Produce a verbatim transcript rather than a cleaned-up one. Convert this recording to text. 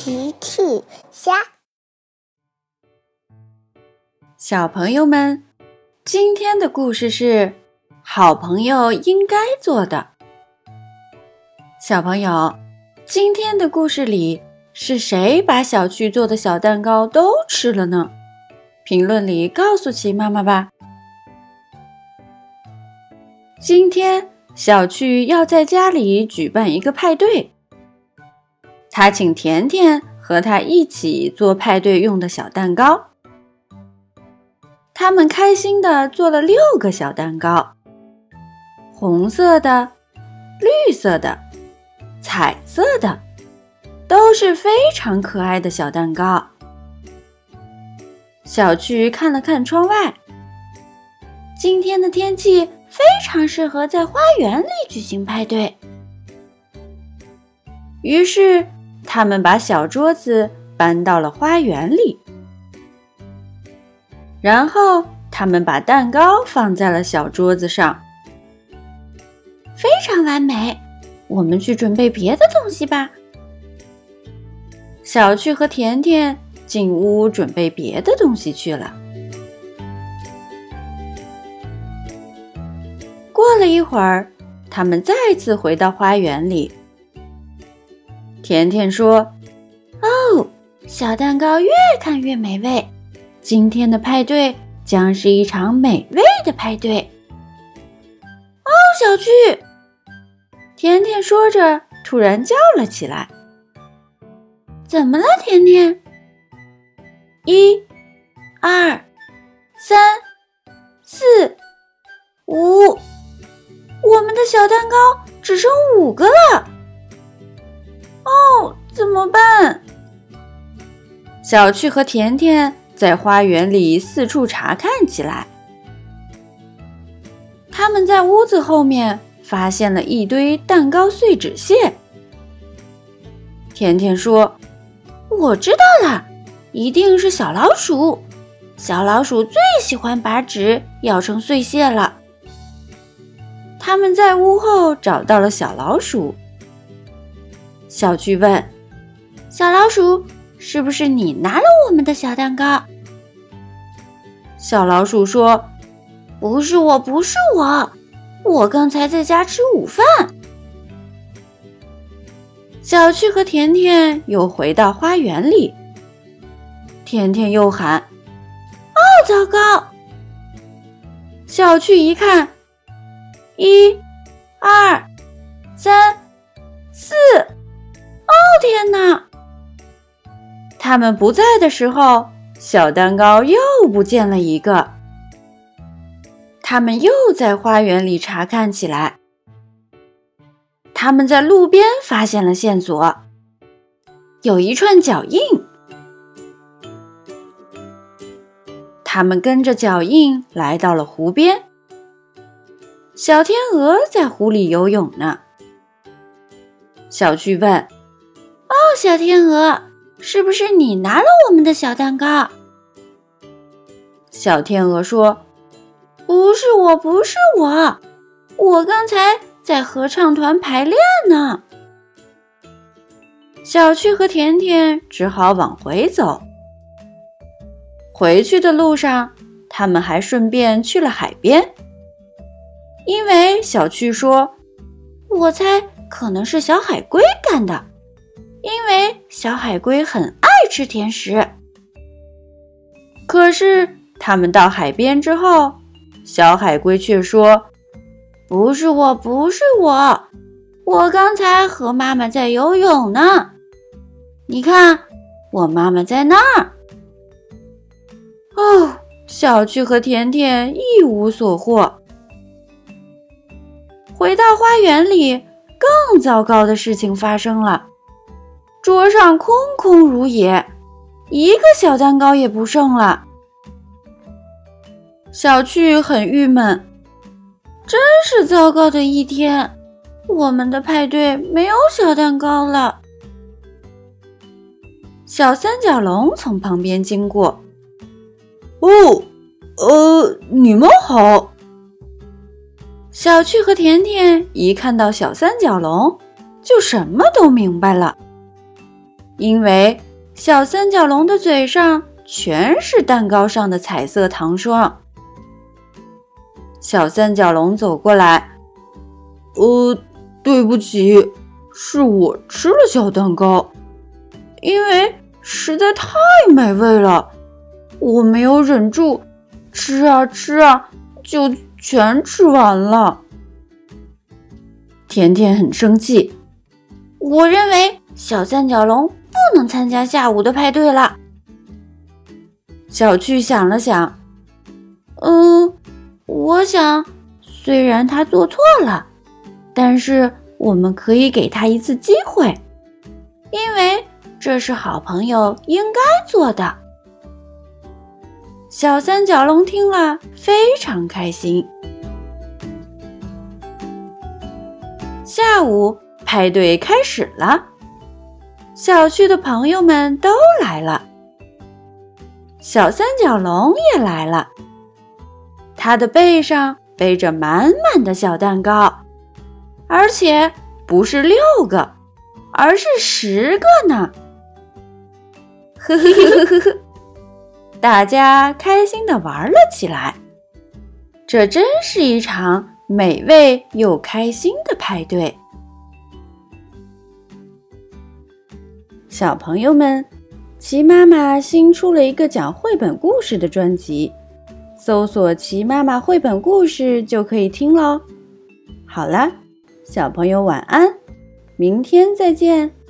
奇趣虾。 小朋友们，今天的故事是好朋友应该做的。小朋友，今天的故事里是谁把小趣做的小蛋糕都吃了呢？评论里告诉奇妈妈吧。今天小趣要在家里举办一个派对，他请甜甜和他一起做派对用的小蛋糕。他们开心地做了六个小蛋糕，红色的、绿色的、彩色的，都是非常可爱的小蛋糕。小趣看了看窗外，今天的天气非常适合在花园里举行派对。于是他们把小桌子搬到了花园里，然后他们把蛋糕放在了小桌子上。非常完美，我们去准备别的东西吧。小趣和甜甜进屋准备别的东西去了。过了一会儿，他们再次回到花园里。甜甜说：哦，小蛋糕越看越美味，今天的派对将是一场美味的派对。哦，小趣！甜甜说着突然叫了起来。怎么了，甜甜？一、二、三、四、五，我们的小蛋糕只剩五个了。哦，怎么办？小趣和甜甜在花园里四处查看起来。他们在屋子后面发现了一堆蛋糕碎纸屑。甜甜说：我知道了，一定是小老鼠。小老鼠最喜欢把纸咬成碎屑了。他们在屋后找到了小老鼠。小趣问：小老鼠，是不是你拿了我们的小蛋糕？小老鼠说：不是我，不是我，我刚才在家吃午饭。小趣和甜甜又回到花园里。甜甜又喊：哦，糟糕！小趣一看，一、二、三、四，哦，天哪！他们不在的时候，小蛋糕又不见了一个。他们又在花园里查看起来。他们在路边发现了线索，有一串脚印。他们跟着脚印来到了湖边。小天鹅在湖里游泳呢。小趣问：哦，小天鹅，是不是你拿了我们的小蛋糕？小天鹅说：不是我，不是我，我刚才在合唱团排练呢。小趣和甜甜只好往回走。回去的路上，他们还顺便去了海边。因为小趣说：我猜可能是小海龟干的，因为小海龟很爱吃甜食。可是他们到海边之后，小海龟却说：不是我，不是我，我刚才和妈妈在游泳呢。你看，我妈妈在那儿。哦，小趣和甜甜一无所获。回到花园里，更糟糕的事情发生了。桌上空空如也，一个小蛋糕也不剩了。小趣很郁闷，真是糟糕的一天，我们的派对没有小蛋糕了。小三角龙从旁边经过。哦，呃，你们好。小趣和甜甜一看到小三角龙，就什么都明白了。 因为小三角龙的嘴上全是蛋糕上的彩色糖霜。小三角龙走过来，呃，对不起，是我吃了小蛋糕，因为实在太美味了，我没有忍住，吃啊吃啊，就全吃完了。甜甜很生气，我认为小三角龙不能参加下午的派对了。小趣想了想，嗯，我想虽然他做错了，但是我们可以给他一次机会，因为这是好朋友应该做的。小三角龙听了非常开心。下午派对开始了，小区的朋友们都来了，小三角龙也来了，他的背上背着满满的小蛋糕，而且不是六个，而是十个呢。呵呵呵呵呵，大家开心地玩了起来。这真是一场美味又开心的派对。小朋友们，齐妈妈新出了一个讲绘本故事的专辑，搜索齐妈妈绘本故事就可以听咯。好了，小朋友晚安，明天再见。